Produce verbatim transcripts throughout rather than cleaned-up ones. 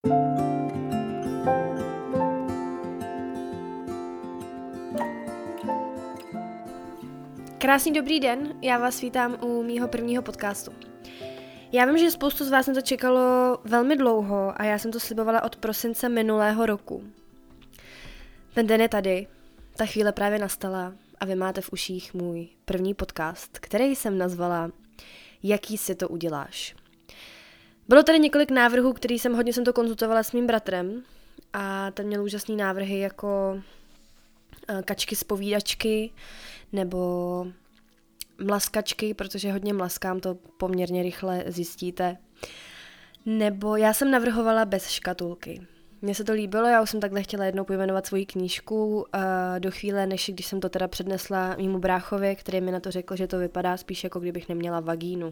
Krásný dobrý den, já vás vítám u mýho prvního podcastu. Já vím, že spoustu z vás na to čekalo velmi dlouho a já jsem to slibovala od prosince minulého roku. Ten den je tady, ta chvíle právě nastala a vy máte v uších můj první podcast, který jsem nazvala Jaký si to uděláš. Bylo tady několik návrhů, který jsem hodně jsem to konzultovala s mým bratrem a ten měl úžasný návrhy jako kačky z povídačky nebo mlaskačky, protože hodně mlaskám, to poměrně rychle zjistíte. Nebo já jsem navrhovala bez škatulky. Mně se to líbilo, já už jsem takhle chtěla jednou pojmenovat svoji knížku do chvíle, než když jsem to teda přednesla mému bráchovi, který mi na to řekl, že to vypadá spíš jako kdybych neměla vagínu.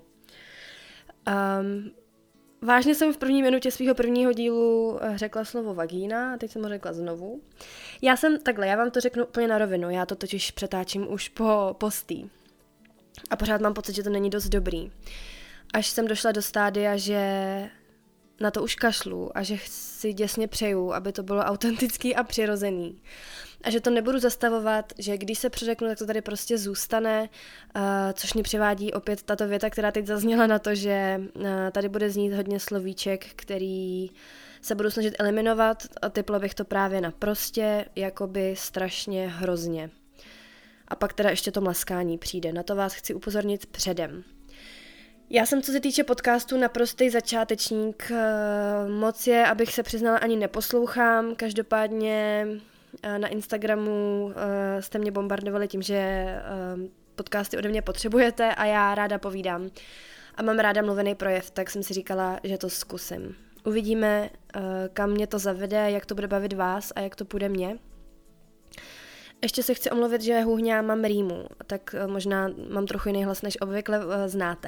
Um, vážně jsem v první minutě svého prvního dílu řekla slovo vagína a teď jsem ho řekla znovu. Já jsem takhle, já vám to řeknu úplně na rovinu, já to totiž přetáčím už po postý. A pořád mám pocit, že to není dost dobrý. Až jsem došla do stádia, že na to už kašlu a že si děsně přeju, aby to bylo autentický a přirozený. A že to nebudu zastavovat, že když se přeřeknu, tak to tady prostě zůstane, uh, což mě přivádí opět tato věta, která teď zazněla na to, že uh, tady bude znít hodně slovíček, který se budu snažit eliminovat a typla bych to právě na prostě, jakoby strašně hrozně. A pak teda ještě to mlaskání přijde. Na to vás chci upozornit předem. Já jsem, co se týče podcastu, naprostý začátečník. Moc je, abych se přiznala, ani neposlouchám. Každopádně na Instagramu jste mě bombardovali tím, že podcasty ode mě potřebujete a já ráda povídám. A mám ráda mluvený projev, tak jsem si říkala, že to zkusím. Uvidíme, kam mě to zavede, jak to bude bavit vás a jak to půjde mně. Ještě se chci omluvit, že hůhňá mám rýmu, tak možná mám trochu jiný hlas, než obvykle znáte.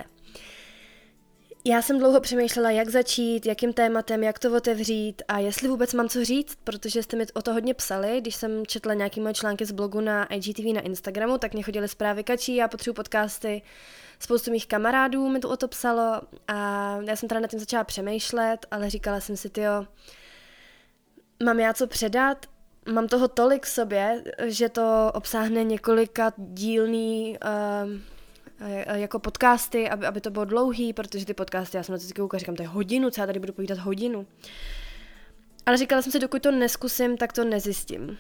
Já jsem dlouho přemýšlela, jak začít, jakým tématem, jak to otevřít a jestli vůbec mám co říct, protože jste mi o to hodně psali, když jsem četla nějaký moje články z blogu na I G T V na Instagramu, tak mě chodily zprávy kačí, já potřebuji podcasty, spoustu mých kamarádů mi to o to psalo a já jsem teda nad tím začala přemýšlet, ale říkala jsem si, tyjo, mám já co předat? Mám toho tolik v sobě, že to obsáhne několika dílný uh, jako podcasty, aby, aby to bylo dlouhý, protože ty podcasty, já jsem na to vždycky koukala, říkám, to je hodinu, co já tady budu povídat hodinu. Ale říkala jsem si, dokud to neskusím, tak to nezjistím.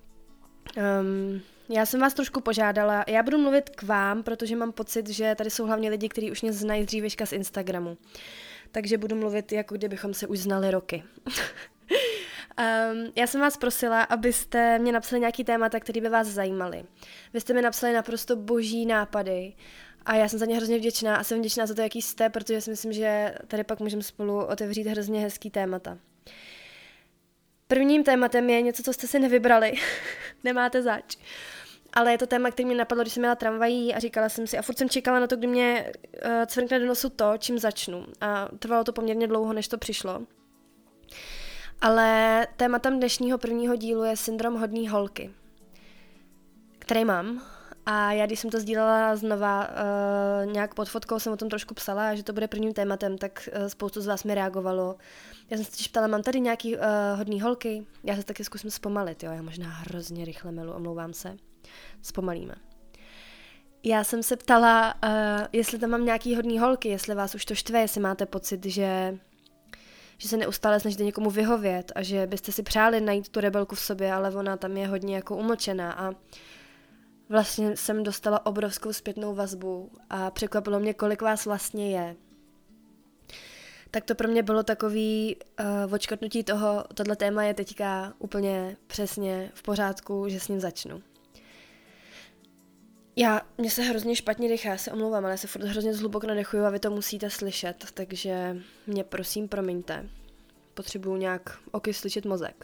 Um, já jsem vás trošku požádala, já budu mluvit k vám, protože mám pocit, že tady jsou hlavně lidi, kteří už mě znají z dřívěžka z Instagramu. Takže budu mluvit, jako kdybychom se už znali roky. Um, já jsem vás prosila, abyste mě napsali nějaký témata, které by vás zajímaly. Vy jste mi napsali naprosto boží nápady a já jsem za ně hrozně vděčná a jsem vděčná za to, jaký jste, protože si myslím, že tady pak můžeme spolu otevřít hrozně hezký témata. Prvním tématem je něco, co jste si nevybrali. Nemáte zač. Ale je to téma, který mě napadlo, když jsem měla tramvají a říkala jsem si, a furt jsem čekala na to, kdy mě uh, cvrkne do nosu to, čím začnu. A trvalo to poměrně dlouho, než to přišlo. Ale tématem dnešního prvního dílu je syndrom hodný holky, který mám. A já, když jsem to sdílela znova, uh, nějak pod fotkou jsem o tom trošku psala, že to bude prvním tématem, tak uh, spoustu z vás mi reagovalo. Já jsem se totiž ptala, mám tady nějaký uh, hodný holky? Já se taky zkusím zpomalit, jo, já možná hrozně rychle melu, omlouvám se. Zpomalíme. Já jsem se ptala, uh, jestli tam mám nějaký hodný holky, jestli vás už to štve, jestli máte pocit, že... že se neustále snažíte někomu vyhovět a že byste si přáli najít tu rebelku v sobě, ale ona tam je hodně jako umlčená a vlastně jsem dostala obrovskou zpětnou vazbu a překvapilo mě, kolik vás vlastně je. Tak to pro mě bylo takový uh, odškrtnutí toho, tohle téma je teďka úplně přesně v pořádku, že s ním začnu. Já, mně se hrozně špatně dechá, já se omlouvám, ale já se furt hrozně zhluboko nadechuju a vy to musíte slyšet, takže mě prosím promiňte. Potřebuju nějak okysličit mozek.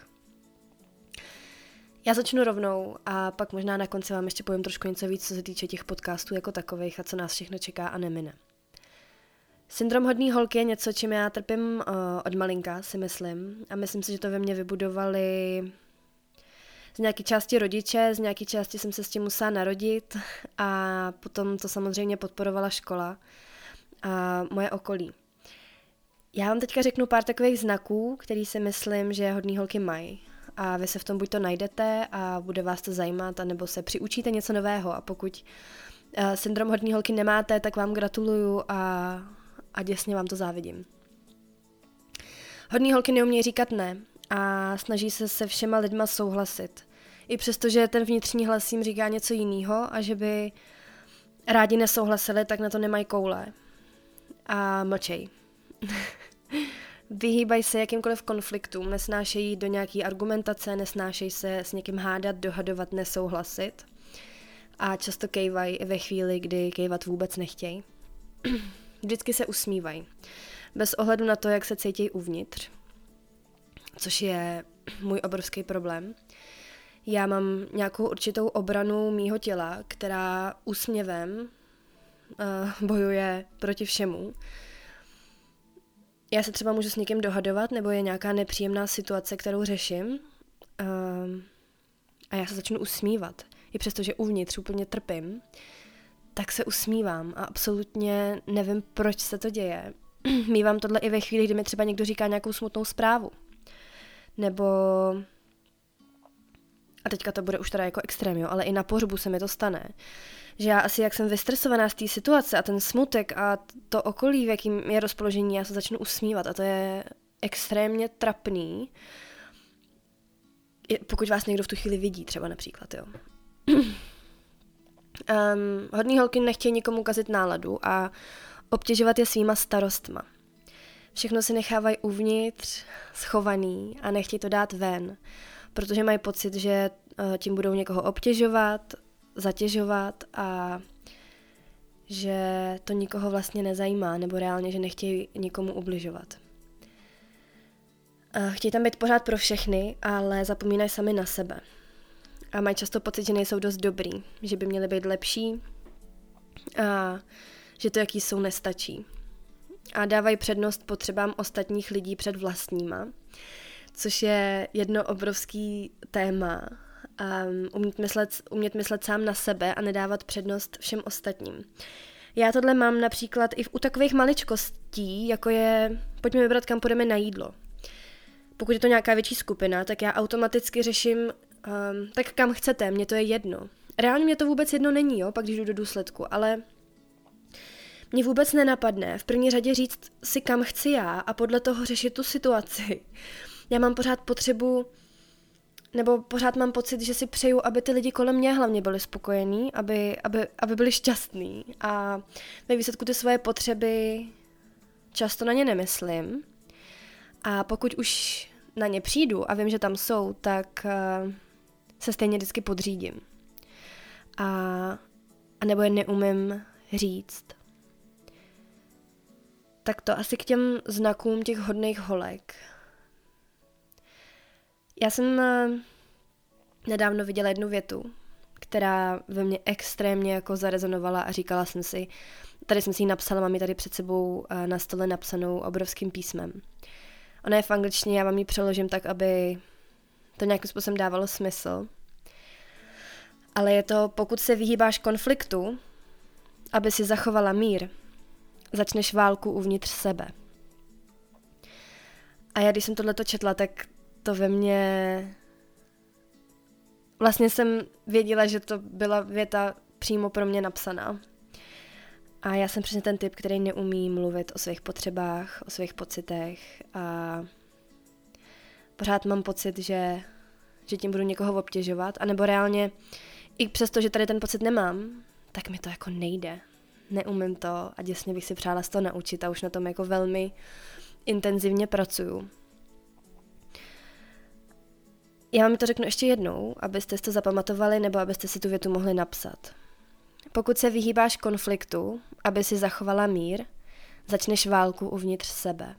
Já začnu rovnou a pak možná na konci vám ještě povím trošku něco víc, co se týče těch podcastů jako takových a co nás všechno čeká a nemine. Syndrom hodný holky je něco, čím já trpím uh, od malinka, si myslím. A myslím si, že to ve mně vybudovali z nějaké části rodiče, z nějaké části jsem se s tím musela narodit a potom to samozřejmě podporovala škola a moje okolí. Já vám teďka řeknu pár takových znaků, který si myslím, že hodný holky mají. A vy se v tom buď to najdete a bude vás to zajímat, anebo se přiučíte něco nového. A pokud uh, syndrom hodný holky nemáte, tak vám gratuluju a, a děsně vám to závidím. Hodný holky neumějí říkat ne a snaží se se všema lidma souhlasit. I přesto, že ten vnitřní hlas jim říká něco jiného a že by rádi nesouhlasili, tak na to nemají koule. A mlčej. Vyhýbají se jakýmkoliv konfliktům, nesnášejí jít do nějaký argumentace, nesnášejí se s někým hádat, dohadovat, nesouhlasit. A často kejvají i ve chvíli, kdy kejvat vůbec nechtějí. Vždycky se usmívají. Bez ohledu na to, jak se cítí uvnitř. Což je můj obrovský problém. Já mám nějakou určitou obranu mýho těla, která úsměvem uh, bojuje proti všemu. Já se třeba můžu s někým dohadovat, nebo je nějaká nepříjemná situace, kterou řeším. Uh, a já se začnu usmívat. I přesto, že uvnitř úplně trpím, tak se usmívám a absolutně nevím, proč se to děje. Mívám tohle i ve chvíli, kdy mi třeba někdo říká nějakou smutnou zprávu. Nebo... A teďka to bude už teda jako extrém, jo, ale i na pohřbu se mi to stane. Že já asi, jak jsem vystresovaná z té situace a ten smutek a to okolí, v jakým je rozpoložení, já se začnu usmívat a to je extrémně trapný. Pokud vás někdo v tu chvíli vidí třeba například, jo. um, hodný holky nechtějí nikomu kazit náladu a obtěžovat je svýma starostma. Všechno si nechávají uvnitř, schovaný a nechtějí to dát ven, protože mají pocit, že tím budou někoho obtěžovat, zatěžovat a že to nikoho vlastně nezajímá, nebo reálně, že nechtějí nikomu ubližovat. Chtějí tam být pořád pro všechny, ale zapomínají sami na sebe. A mají často pocit, že nejsou dost dobrý, že by měli být lepší a že to, jaký jsou, nestačí. A dávají přednost potřebám ostatních lidí před vlastníma, což je jedno obrovský téma. Um, umět, myslet, umět myslet sám na sebe a nedávat přednost všem ostatním. Já tohle mám například i v, u takových maličkostí, jako je, pojďme vybrat, kam půjdeme na jídlo. Pokud je to nějaká větší skupina, tak já automaticky řeším, um, tak kam chcete, mně to je jedno. Reálně mě to vůbec jedno není, jo, pak když jdu do důsledku, ale mě vůbec nenapadne v první řadě říct si, kam chci já a podle toho řešit tu situaci. Já mám pořád potřebu, nebo pořád mám pocit, že si přeju, aby ty lidi kolem mě hlavně byli spokojení, aby, aby, aby byli šťastní a ve výsledku ty svoje potřeby často na ně nemyslím a pokud už na ně přijdu a vím, že tam jsou, tak uh, se stejně vždycky podřídím a, a nebo je neumím říct. Tak to asi k těm znakům těch hodných holek. Já jsem nedávno viděla jednu větu, která ve mně extrémně jako zarezonovala a říkala jsem si, tady jsem si ji napsala, mám ji tady před sebou na stole napsanou obrovským písmem. Ona je v angličtině, já vám ji přeložím tak, aby to nějakým způsobem dávalo smysl. Ale je to, pokud se vyhýbáš konfliktu, aby si zachovala mír, začneš válku uvnitř sebe. A já, když jsem tohleto četla, tak to ve mně... Vlastně jsem věděla, že to byla věta přímo pro mě napsaná. A já jsem přesně ten typ, který neumí mluvit o svých potřebách, o svých pocitech a pořád mám pocit, že, že tím budu někoho obtěžovat, anebo reálně, i přesto, že tady ten pocit nemám, tak mi to jako nejde. Neumím to a děsně bych si přála z toho naučit a už na tom jako velmi intenzivně pracuju. Já vám to řeknu ještě jednou, abyste si to zapamatovali nebo abyste si tu větu mohli napsat. Pokud se vyhýbáš konfliktu, aby si zachovala mír, začneš válku uvnitř sebe.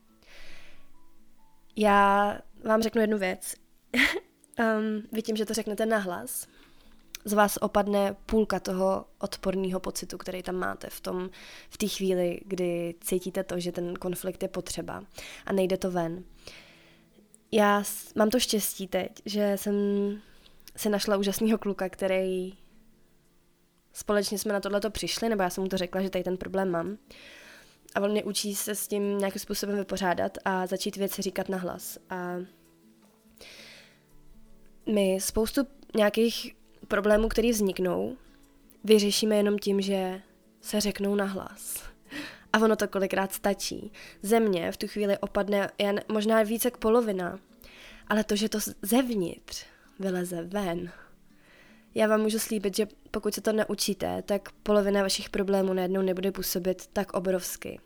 Já vám řeknu jednu věc. um, vidím, že to řeknete nahlas. Z vás opadne půlka toho odporného pocitu, který tam máte v tom, v té chvíli, kdy cítíte to, že ten konflikt je potřeba a nejde to ven. Já mám to štěstí teď, že jsem si našla úžasného kluka, který společně jsme na tohleto přišli, nebo já jsem mu to řekla, že tady ten problém mám. a on mě učí se s tím nějakým způsobem vypořádat a začít věci říkat nahlas. A my spoustu nějakých problémů, které vzniknou, vyřešíme jenom tím, že se řeknou nahlas. A ono to kolikrát stačí. Ze mě v tu chvíli opadne jen možná více jak polovina, ale to, že to zevnitř vyleze ven. Já vám můžu slíbit, že pokud se to naučíte, tak polovina vašich problémů najednou nebude působit tak obrovsky.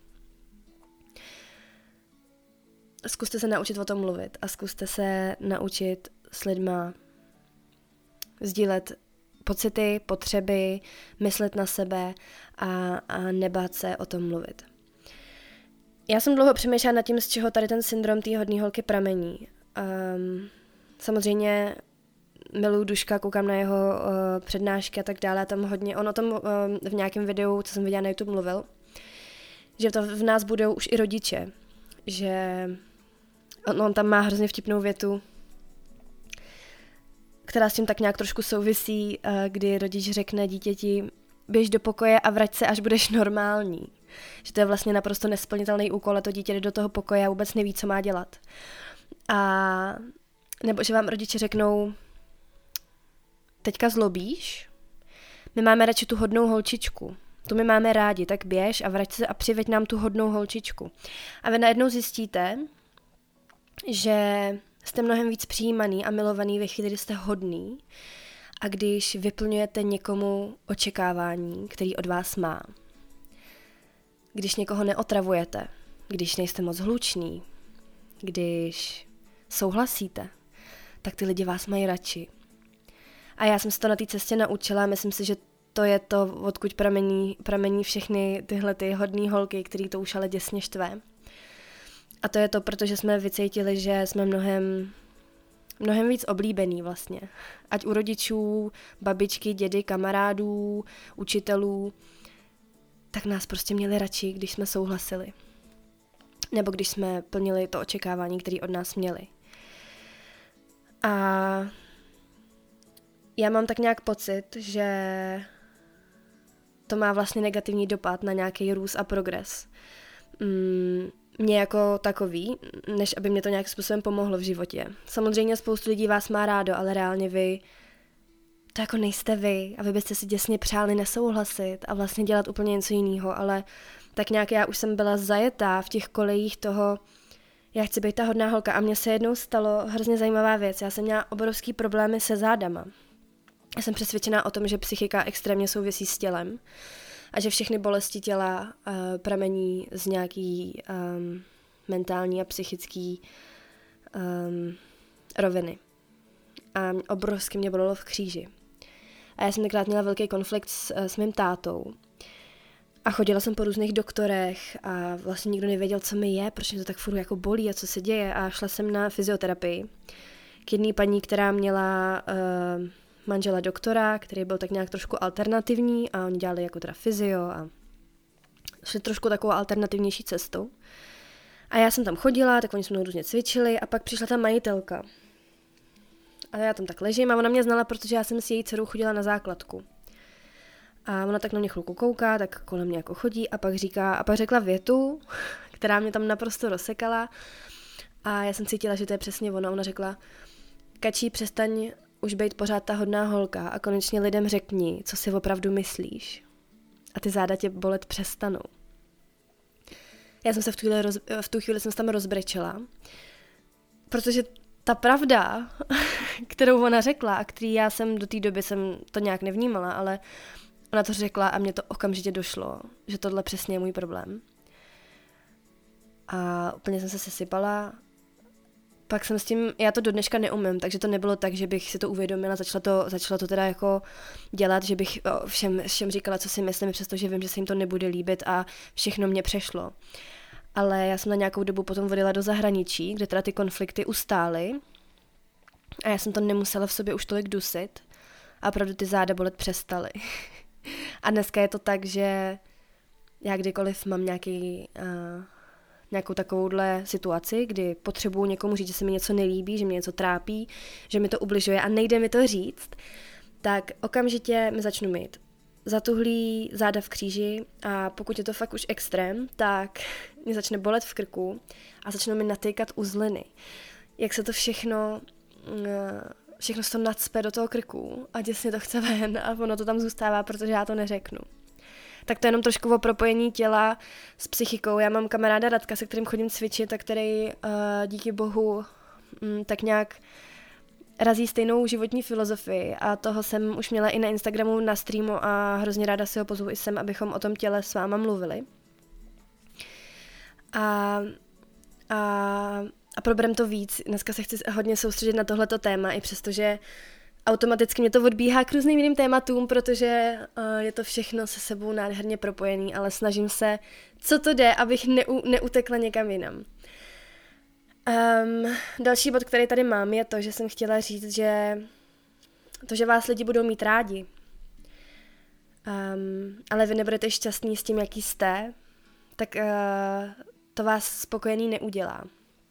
Zkuste se naučit o tom mluvit a zkuste se naučit s lidma sdílet pocity, potřeby, myslet na sebe a, a nebát se o tom mluvit. Já jsem dlouho přemýšlela nad tím, z čeho tady ten syndrom té hodné holky pramení. Um, samozřejmě miluju Duška, koukám na jeho uh, přednášky a tak dále, a tam hodně, on o tom uh, v nějakém videu, co jsem viděla na YouTube, mluvil, že to v nás budou už i rodiče, že on, on tam má hrozně vtipnou větu, která s tím tak nějak trošku souvisí, uh, kdy rodič řekne dítěti, běž do pokoje a vrať se, až budeš normální. Že to je vlastně naprosto nesplnitelný úkol a to dítě jde do toho pokoje a vůbec neví, co má dělat. A nebo že vám rodiče řeknou, teďka zlobíš, my máme radši tu hodnou holčičku, tu my máme rádi, tak běž a vrať se a přiveď nám tu hodnou holčičku. A vy najednou zjistíte, že jste mnohem víc přijímaný a milovaný ve chvíli, kdy jste hodný a když vyplňujete někomu očekávání, který od vás má. Když někoho neotravujete, když nejste moc hluční, když souhlasíte, tak ty lidi vás mají radši. A já jsem se to na té cestě naučila a myslím si, že to je to, odkud pramení, pramení všechny tyhle ty hodný holky, který to už ale děsně štve. A to je to, protože jsme vycítili, že jsme mnohem, mnohem víc oblíbený vlastně. Ať u rodičů, babičky, dědy, kamarádů, učitelů, tak nás prostě měli radši, když jsme souhlasili. Nebo když jsme plnili to očekávání, které od nás měli. A já mám tak nějak pocit, že to má vlastně negativní dopad na nějaký růst a progres. Mm, mě jako takový, než aby mě to nějakým způsobem pomohlo v životě. Samozřejmě spoustu lidí vás má rádo, ale reálně vy to jako nejste vy a vy byste si děsně přáli nesouhlasit a vlastně dělat úplně něco jiného, ale tak nějak já už jsem byla zajetá v těch kolejích toho, já chci být ta hodná holka a mně se jednou stalo hrozně zajímavá věc. Já jsem měla obrovský problémy se zádama. Já jsem přesvědčená o tom, že psychika extrémně souvisí s tělem a že všechny bolesti těla uh, pramení z nějaký um, mentální a psychický um, roviny. A obrovsky mě bolelo v kříži. A já jsem tenkrát měla velký konflikt s, s mým tátou. A chodila jsem po různých doktorech a vlastně nikdo nevěděl, co mi je, proč mě to tak furt jako bolí a co se děje. A šla jsem na fyzioterapii k jedné paní, která měla uh, manžela doktora, který byl tak nějak trošku alternativní a oni dělali jako teda fyzio a šli trošku takovou alternativnější cestou. A já jsem tam chodila, tak oni se mnou různě cvičili a pak přišla ta majitelka. A já tam tak ležím a ona mě znala, protože já jsem s její dcerou chodila na základku. A ona tak na mě chvilku kouká, tak kolem mě jako chodí a pak říká, a pak řekla větu, která mě tam naprosto rozsekala a já jsem cítila, že to je přesně ono. Ona řekla, Kačí, přestaň už být pořád ta hodná holka a konečně lidem řekni, co si opravdu myslíš. A ty záda tě bolet přestanou. Já jsem se v tu chvíli, roz, v tu chvíli jsem se tam rozbrečela, protože ta pravda, kterou ona řekla a který já jsem do té doby jsem to nějak nevnímala, ale ona to řekla a mně to okamžitě došlo, že tohle přesně je můj problém. A úplně jsem se sesypala. Pak jsem s tím, já to do dneška neumím, takže to nebylo tak, že bych si to uvědomila, začala to, začala to teda jako dělat, že bych všem, všem říkala, co si myslím, přestože vím, že se jim to nebude líbit a všechno mě přešlo. Ale já jsem na nějakou dobu potom odjela do zahraničí, kde teda ty konflikty ustály a já jsem to nemusela v sobě už tolik dusit a opravdu ty záda bolet přestaly. A dneska je to tak, že já kdykoliv mám nějaký, uh, nějakou takovouhle situaci, kdy potřebuju někomu říct, že se mi něco nelíbí, že mě něco trápí, že mi to ubližuje a nejde mi to říct, tak okamžitě mi začnu mít zatuhlý záda v kříži a pokud je to fakt už extrém, tak mě začne bolet v krku a začnou mi natýkat uzliny. Jak se to všechno, všechno se to nacpe do toho krku a děsně to chce ven a ono to tam zůstává, protože já to neřeknu. Tak to je jenom trošku o propojení těla s psychikou. Já mám kamaráda Radka, se kterým chodím cvičit a který uh, díky bohu um, tak nějak razí stejnou životní filozofii a toho jsem už měla i na Instagramu na streamu a hrozně ráda si ho pozvu i sem, abychom o tom těle s váma mluvili. A, a, a proberem to víc. Dneska se chci hodně soustředit na tohleto téma, i přestože automaticky mě to odbíhá k různým jiným tématům, protože uh, je to všechno se sebou nádherně propojený, ale snažím se, co to jde, abych neu, neutekla někam jinam. Um, další bod, který tady mám, je to, že jsem chtěla říct, že to, že vás lidi budou mít rádi, um, ale vy nebudete šťastní s tím, jaký jste, tak uh, to vás spokojený neudělá.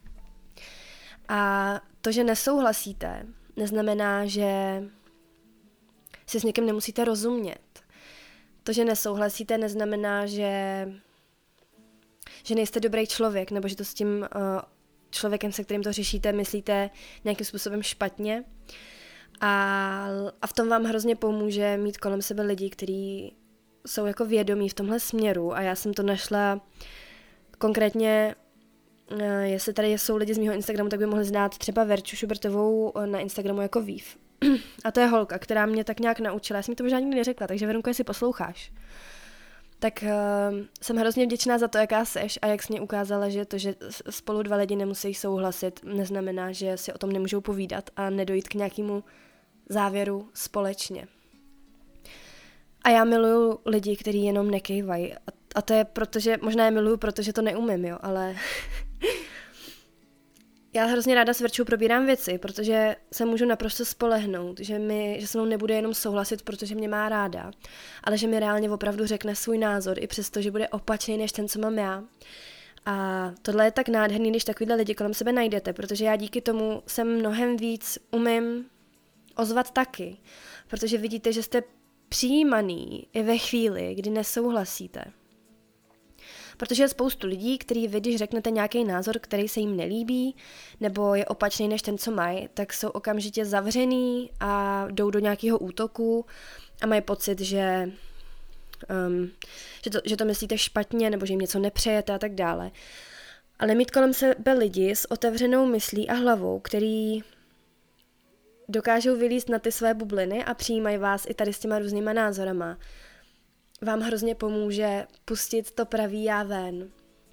A to, že nesouhlasíte, neznamená, že si s někým nemusíte rozumět. To, že nesouhlasíte, neznamená, že, že nejste dobrý člověk, nebo že to s tím uh, člověkem, se kterým to řešíte, myslíte nějakým způsobem špatně. A, a v tom vám hrozně pomůže mít kolem sebe lidi, kteří jsou jako vědomí v tomhle směru. A já jsem to našla konkrétně, uh, jestli tady jsou lidi z mého Instagramu, tak by mohli znát třeba Verču Šubertovou na Instagramu jako Vív. A to je holka, která mě tak nějak naučila. Já jsem mi to možná nikdy neřekla, takže Verunko, jestli posloucháš, tak uh, jsem hrozně vděčná za to, jaká seš a jak jsi mě ukázala, že to, že spolu dva lidi nemusí souhlasit, neznamená, že si o tom nemůžou povídat a nedojít k nějakému závěru společně. A já miluju lidi, kteří jenom nekejvají. A, a to je proto, že možná je miluju, protože to neumím, jo, ale já hrozně ráda s Verčou probírám věci, protože se můžu naprosto spolehnout, že, mi, že se mnou nebude jenom souhlasit, protože mě má ráda, ale že mi reálně opravdu řekne svůj názor, i přesto, že bude opačný než ten, co mám já. A tohle je tak nádherný, když takovýhle lidi kolem sebe najdete, protože já díky tomu se mnohem víc umím ozvat taky, protože vidíte, že jste přijímaný i ve chvíli, kdy nesouhlasíte. Protože je spoustu lidí, který vy, když řeknete nějaký názor, který se jim nelíbí, nebo je opačný než ten, co mají, tak jsou okamžitě zavřený a jdou do nějakého útoku a mají pocit, že, um, že, to, že to myslíte špatně, nebo že jim něco nepřejete a tak dále. Ale mít kolem sebe lidi s otevřenou myslí a hlavou, který dokážou vylízt na ty své bubliny a přijímají vás i tady s těma různýma názorama, vám hrozně pomůže pustit to pravý já ven.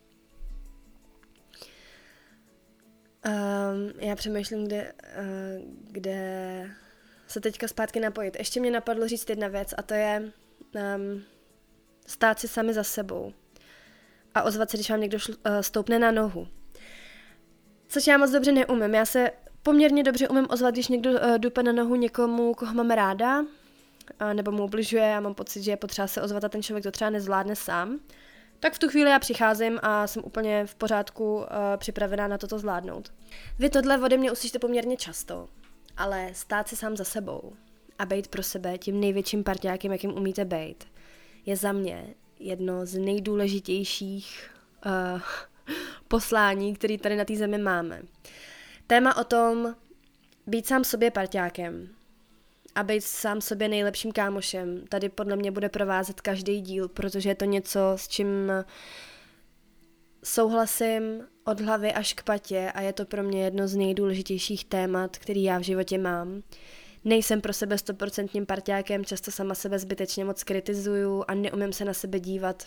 Um, já přemýšlím, kde, uh, kde se teďka zpátky napojit. Ještě mě napadlo říct jedna věc a to je um, stát si sami za sebou a ozvat se, když vám někdo šl, uh, stoupne na nohu. Což já moc dobře neumím. Já se poměrně dobře umím ozvat, když někdo uh, dupe na nohu někomu, koho mám ráda, nebo mu ubližuje, já mám pocit, že je potřeba se ozvat a ten člověk to třeba nezvládne sám, tak v tu chvíli já přicházím a jsem úplně v pořádku uh, připravená na toto zvládnout. Vy tohle ode mě uslyšíte poměrně často, ale stát si sám za sebou a bejt pro sebe tím největším parťákem, jakým umíte bejt, je za mě jedno z nejdůležitějších uh, poslání, které tady na té zemi máme. Téma o tom být sám sobě parťákem a být sám sobě nejlepším kámošem. Tady podle mě bude provázet každý díl, protože je to něco, s čím souhlasím od hlavy až k patě a je to pro mě jedno z nejdůležitějších témat, který já v životě mám. Nejsem pro sebe stoprocentním parťákem, často sama sebe zbytečně moc kritizuju a neumím se na sebe dívat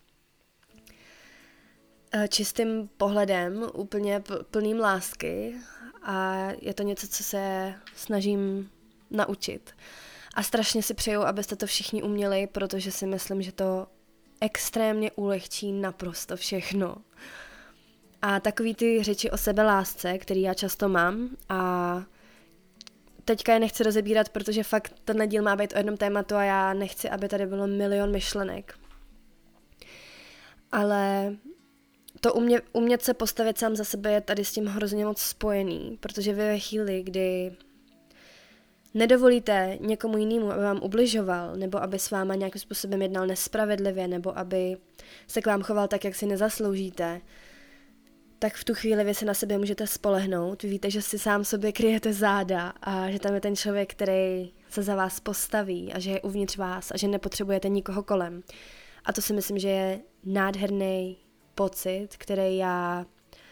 čistým pohledem, úplně plným lásky a je to něco, co se snažím naučit. A strašně si přeju, abyste to všichni uměli, protože si myslím, že to extrémně ulehčí naprosto všechno. A takový ty řeči o sebelásce, který já často mám a teďka je nechci rozebírat, protože fakt tenhle díl má být o jednom tématu a já nechci, aby tady bylo milion myšlenek. Ale to umě, umět se postavit sám za sebe je tady s tím hrozně moc spojený, protože vy ve chvíli, kdy nedovolíte někomu jinému, aby vám ubližoval, nebo aby s váma nějakým způsobem jednal nespravedlivě, nebo aby se k vám choval tak, jak si nezasloužíte, tak v tu chvíli vy se na sebe můžete spolehnout. Vy víte, že si sám sobě kryjete záda a že tam je ten člověk, který se za vás postaví a že je uvnitř vás a že nepotřebujete nikoho kolem. A to si myslím, že je nádherný pocit, který já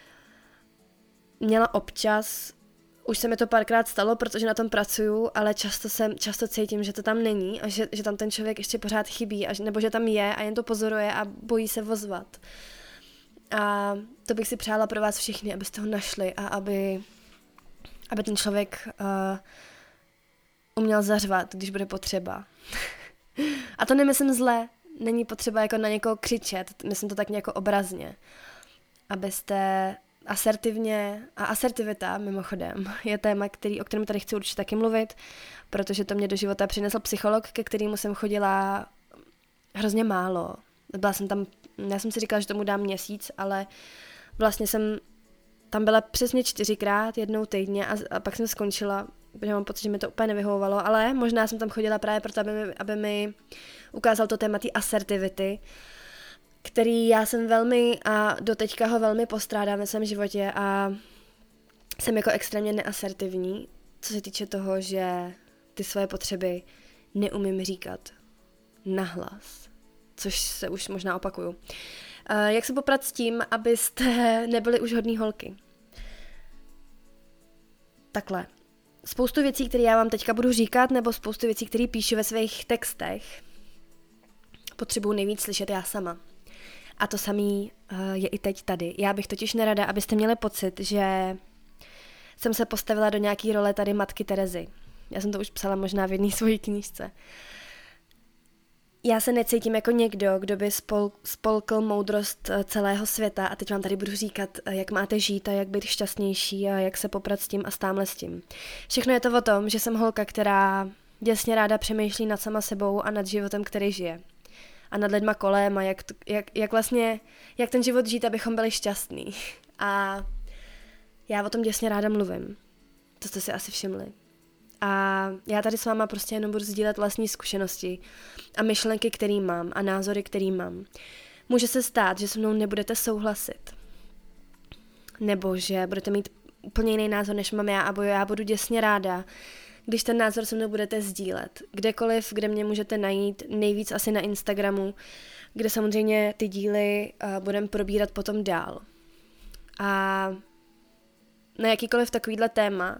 měla občas. Už se mi to párkrát stalo, protože na tom pracuju, ale často jsem, často cítím, že to tam není a že, že tam ten člověk ještě pořád chybí, a že, nebo že tam je a jen to pozoruje a bojí se ozvat. A to bych si přála pro vás všichni, abyste ho našli a aby, aby ten člověk uh, uměl zařvat, když bude potřeba. A to nemyslím zle, není potřeba jako na někoho křičet, myslím to tak nějak obrazně. Abyste asertivně, a asertivita mimochodem je téma, který, o kterém tady chci určitě taky mluvit, protože to mě do života přinesl psycholog, ke kterému jsem chodila hrozně málo. Byla jsem tam, já jsem si říkala, že tomu dám měsíc, ale vlastně jsem tam byla přesně čtyřikrát, jednou týdně a, a pak jsem skončila, protože mám pocit, že mi to úplně nevyhovovalo, ale možná jsem tam chodila právě proto, aby mi, aby mi ukázal to téma té asertivity, který já jsem velmi a doteďka ho velmi postrádám ve svém životě a jsem jako extrémně neasertivní, co se týče toho, že ty svoje potřeby neumím říkat nahlas, což se už možná opakuju. Uh, jak se poprat s tím, abyste nebyli už hodný holky? Takhle. Spoustu věcí, které já vám teďka budu říkat, nebo spoustu věcí, které píšu ve svých textech, potřebuji nejvíc slyšet já sama. A to samý uh, je i teď tady. Já bych totiž nerada, abyste měli pocit, že jsem se postavila do nějaký role tady matky Terezy. Já jsem to už psala možná v jedné svojí knížce. Já se necítím jako někdo, kdo by spol, spolkl moudrost celého světa a teď vám tady budu říkat, jak máte žít a jak být šťastnější a jak se poprat s tím a stámhle s tím. Všechno je to o tom, že jsem holka, která děsně ráda přemýšlí nad sama sebou a nad životem, který žije. A nad lidma kolem a jak, jak, jak vlastně, jak ten život žít, abychom byli šťastní. A já o tom děsně ráda mluvím. To jste si asi všimli. A já tady s váma prostě jenom budu sdílet vlastní zkušenosti a myšlenky, který mám a názory, který mám. Může se stát, že se mnou nebudete souhlasit. Nebo že budete mít úplně jiný názor, než mám já, a já budu děsně ráda, když ten názor se mnou budete sdílet. Kdekoliv, kde mě můžete najít, nejvíc asi na Instagramu, kde samozřejmě ty díly uh, budeme probírat potom dál. A na jakýkoliv takovýhle téma,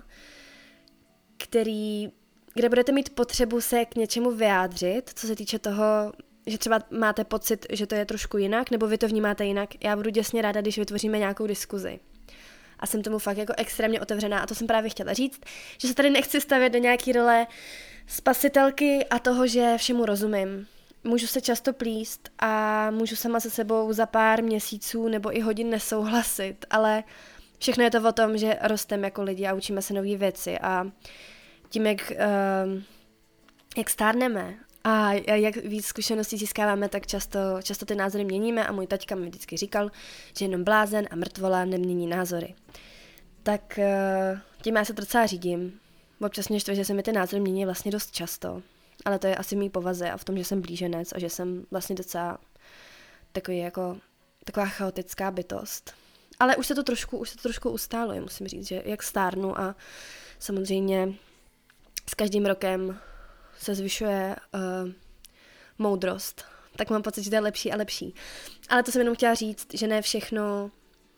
který, kde budete mít potřebu se k něčemu vyjádřit, co se týče toho, že třeba máte pocit, že to je trošku jinak, nebo vy to vnímáte jinak, já budu děsně ráda, když vytvoříme nějakou diskuzi. A jsem tomu fakt jako extrémně otevřená a to jsem právě chtěla říct, že se tady nechci stavět do nějaký role spasitelky a toho, že všemu rozumím. Můžu se často plíst a můžu sama se sebou za pár měsíců nebo i hodin nesouhlasit, ale všechno je to o tom, že rosteme jako lidi a učíme se nové věci a tím, jak, uh, jak stárneme a jak víc zkušeností získáváme, tak často, často ty názory měníme a můj taťka mi vždycky říkal, že jenom blázen a mrtvola nemění názory. Tak uh, tím já se to docela řídím. Občas mě štve, že se mi ty názory mění vlastně dost často, ale to je asi mý povaze a v tom, že jsem blíženec a že jsem vlastně docela takový jako, taková chaotická bytost. Ale už se to trošku, už se to trošku ustálo, musím říct, že jak stárnu a samozřejmě s každým rokem se zvyšuje uh, moudrost, tak mám pocit, že to je lepší a lepší. Ale to jsem jenom chtěla říct, že ne všechno,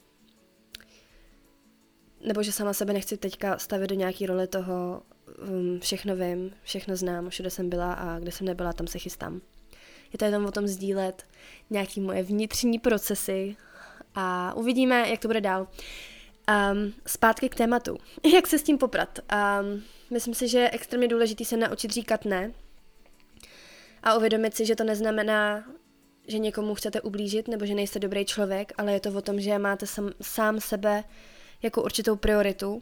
nebo že sama sebe nechci teďka stavit do nějaký role toho, um, všechno vím, všechno znám, všude jsem byla a kde jsem nebyla, tam se chystám. Je to jenom o tom sdílet nějaký moje vnitřní procesy a uvidíme, jak to bude dál. Um, zpátky k tématu. Jak se s tím poprat? Um, myslím si, že je extrémně důležité se naučit říkat ne a uvědomit si, že to neznamená, že někomu chcete ublížit nebo že nejste dobrý člověk, ale je to o tom, že máte sam, sám sebe jako určitou prioritu.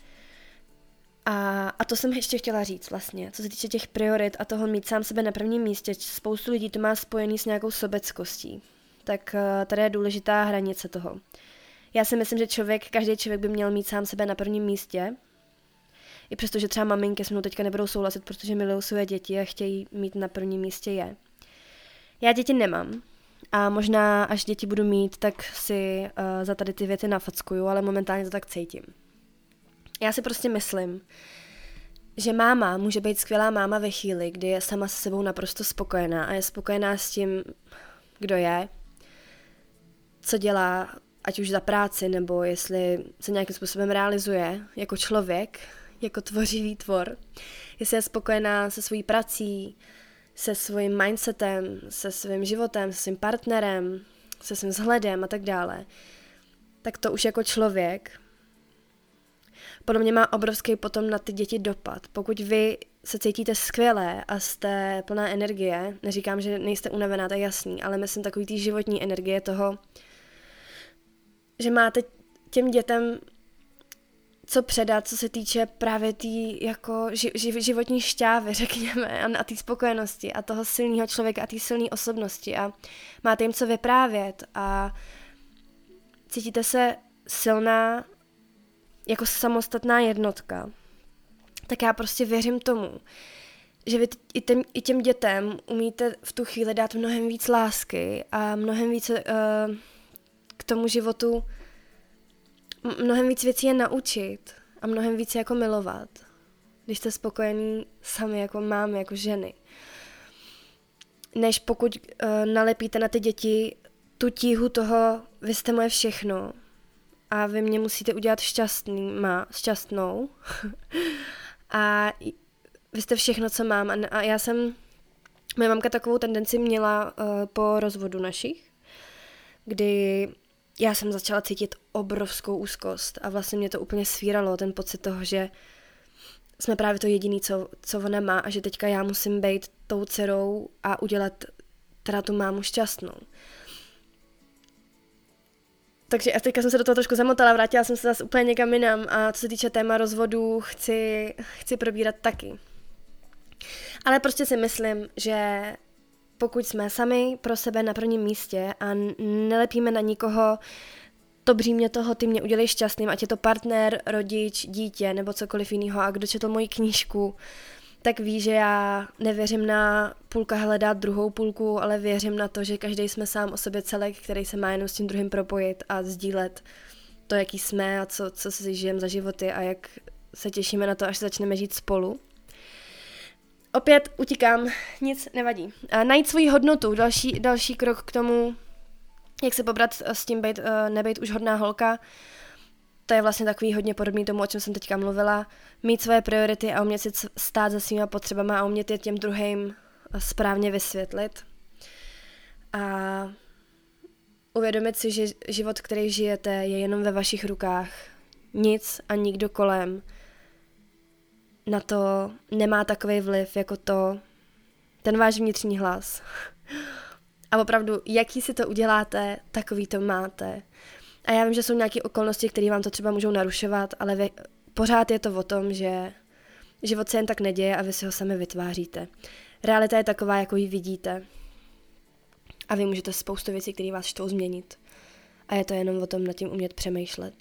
A, a to jsem ještě chtěla říct vlastně, co se týče těch priorit a toho mít sám sebe na prvním místě. Spoustu lidí to má spojený s nějakou sobeckostí. Tak uh, tady je důležitá hranice toho. Já si myslím, že člověk, každý člověk by měl mít sám sebe na prvním místě. I přesto, že třeba maminky se mnou teďka nebudou souhlasit, protože milují své děti a chtějí mít na prvním místě je. Já děti nemám a možná až děti budu mít, tak si uh, za tady ty věci nafackuju, ale momentálně to tak cítím. Já si prostě myslím, že máma může být skvělá máma ve chvíli, kdy je sama se sebou naprosto spokojená a je spokojená s tím, kdo je, co dělá, ať už za práci, nebo jestli se nějakým způsobem realizuje jako člověk, jako tvořivý tvor. Jestli je spokojená se svojí prací, se svým mindsetem, se svým životem, se svým partnerem, se svým vzhledem a tak dále, tak to už jako člověk podle mě má obrovský potom na ty děti dopad. Pokud vy se cítíte skvěle a jste plná energie, neříkám, že nejste unavená, to je jasný, ale myslím takový tý životní energie toho, že máte těm dětem co předat, co se týče právě té jako ži, ži, životní šťávy, řekněme, a, a té spokojenosti a toho silného člověka a té silné osobnosti a máte jim co vyprávět a cítíte se silná jako samostatná jednotka, tak já prostě věřím tomu, že vy i těm, i těm dětem umíte v tu chvíli dát mnohem víc lásky a mnohem víc uh, k tomu životu, mnohem víc věcí je naučit a mnohem víc jako milovat, když jste spokojení sami jako mámy, jako ženy. Než pokud uh, nalepíte na ty děti tu tíhu toho, vy jste moje všechno a vy mě musíte udělat šťastnýma, šťastnou a vy jste všechno, co mám. A já jsem, moje mamka takovou tendenci měla uh, po rozvodu našich, kdy já jsem začala cítit obrovskou úzkost a vlastně mě to úplně svíralo, ten pocit toho, že jsme právě to jediný, co, co ona má a že teďka já musím být tou dcerou a udělat teda tu mámu šťastnou. Takže a teďka jsem se do toho trošku zamotala, vrátila jsem se zase úplně někam jinam a co se týče téma rozvodu, chci, chci probírat taky. Ale prostě si myslím, že pokud jsme sami pro sebe na prvním místě a nelepíme na nikoho to břímě toho, ty mě udělej šťastným, ať je to partner, rodič, dítě nebo cokoliv jiného a kdo četl moji knížku, tak ví, že já nevěřím na půlka hledat druhou půlku, ale věřím na to, že každý jsme sám o sobě celek, který se má jenom s tím druhým propojit a sdílet to, jaký jsme a co, co si žijeme za životy a jak se těšíme na to, až začneme žít spolu. Opět utíkám, nic nevadí. A najít svoji hodnotu, další, další krok k tomu, jak se pobrat s tím být, nebejt už hodná holka, to je vlastně takový hodně podobný tomu, o čem jsem teďka mluvila. Mít svoje priority a umět si stát za svýma potřebama a umět je těm druhým správně vysvětlit. A uvědomit si, že život, který žijete, je jenom ve vašich rukách. Nic a nikdo kolem na to nemá takový vliv jako to, ten váš vnitřní hlas. A opravdu, jaký si to uděláte, takový to máte. A já vím, že jsou nějaké okolnosti, které vám to třeba můžou narušovat, ale vy, pořád je to o tom, že život se jen tak neděje a vy si ho sami vytváříte. Realita je taková, jako ji vidíte. A vy můžete spoustu věcí, které vás štvou, změnit. A je to jenom o tom nad tím umět přemýšlet.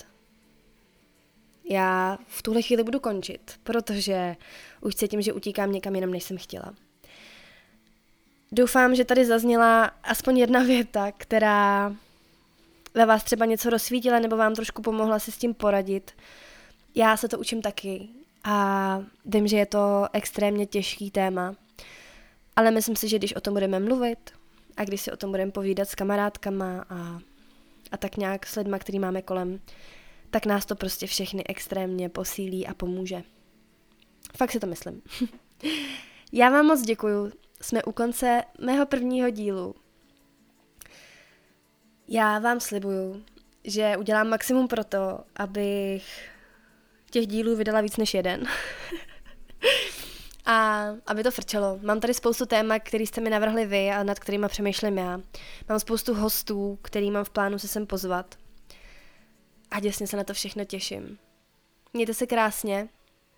Já v tuhle chvíli budu končit, protože už cítím, že utíkám někam jinam, než jsem chtěla. Doufám, že tady zazněla aspoň jedna věta, která ve vás třeba něco rozsvítila nebo vám trošku pomohla si s tím poradit. Já se to učím taky a vím, že je to extrémně těžký téma, ale myslím si, že když o tom budeme mluvit a když si o tom budeme povídat s kamarádkama a, a tak nějak s lidma, který máme kolem, tak nás to prostě všechny extrémně posílí a pomůže. Fakt si to myslím. Já vám moc děkuju. Jsme u konce mého prvního dílu. Já vám slibuju, že udělám maximum pro to, abych těch dílů vydala víc než jeden. A aby to frčelo. Mám tady spoustu témat, který jste mi navrhli vy a nad kterýma přemýšlím já. Mám spoustu hostů, který mám v plánu se sem pozvat. A děsně se na to všechno těším. Mějte se krásně,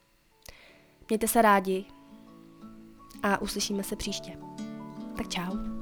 mějte se rádi a uslyšíme se příště. Tak čau.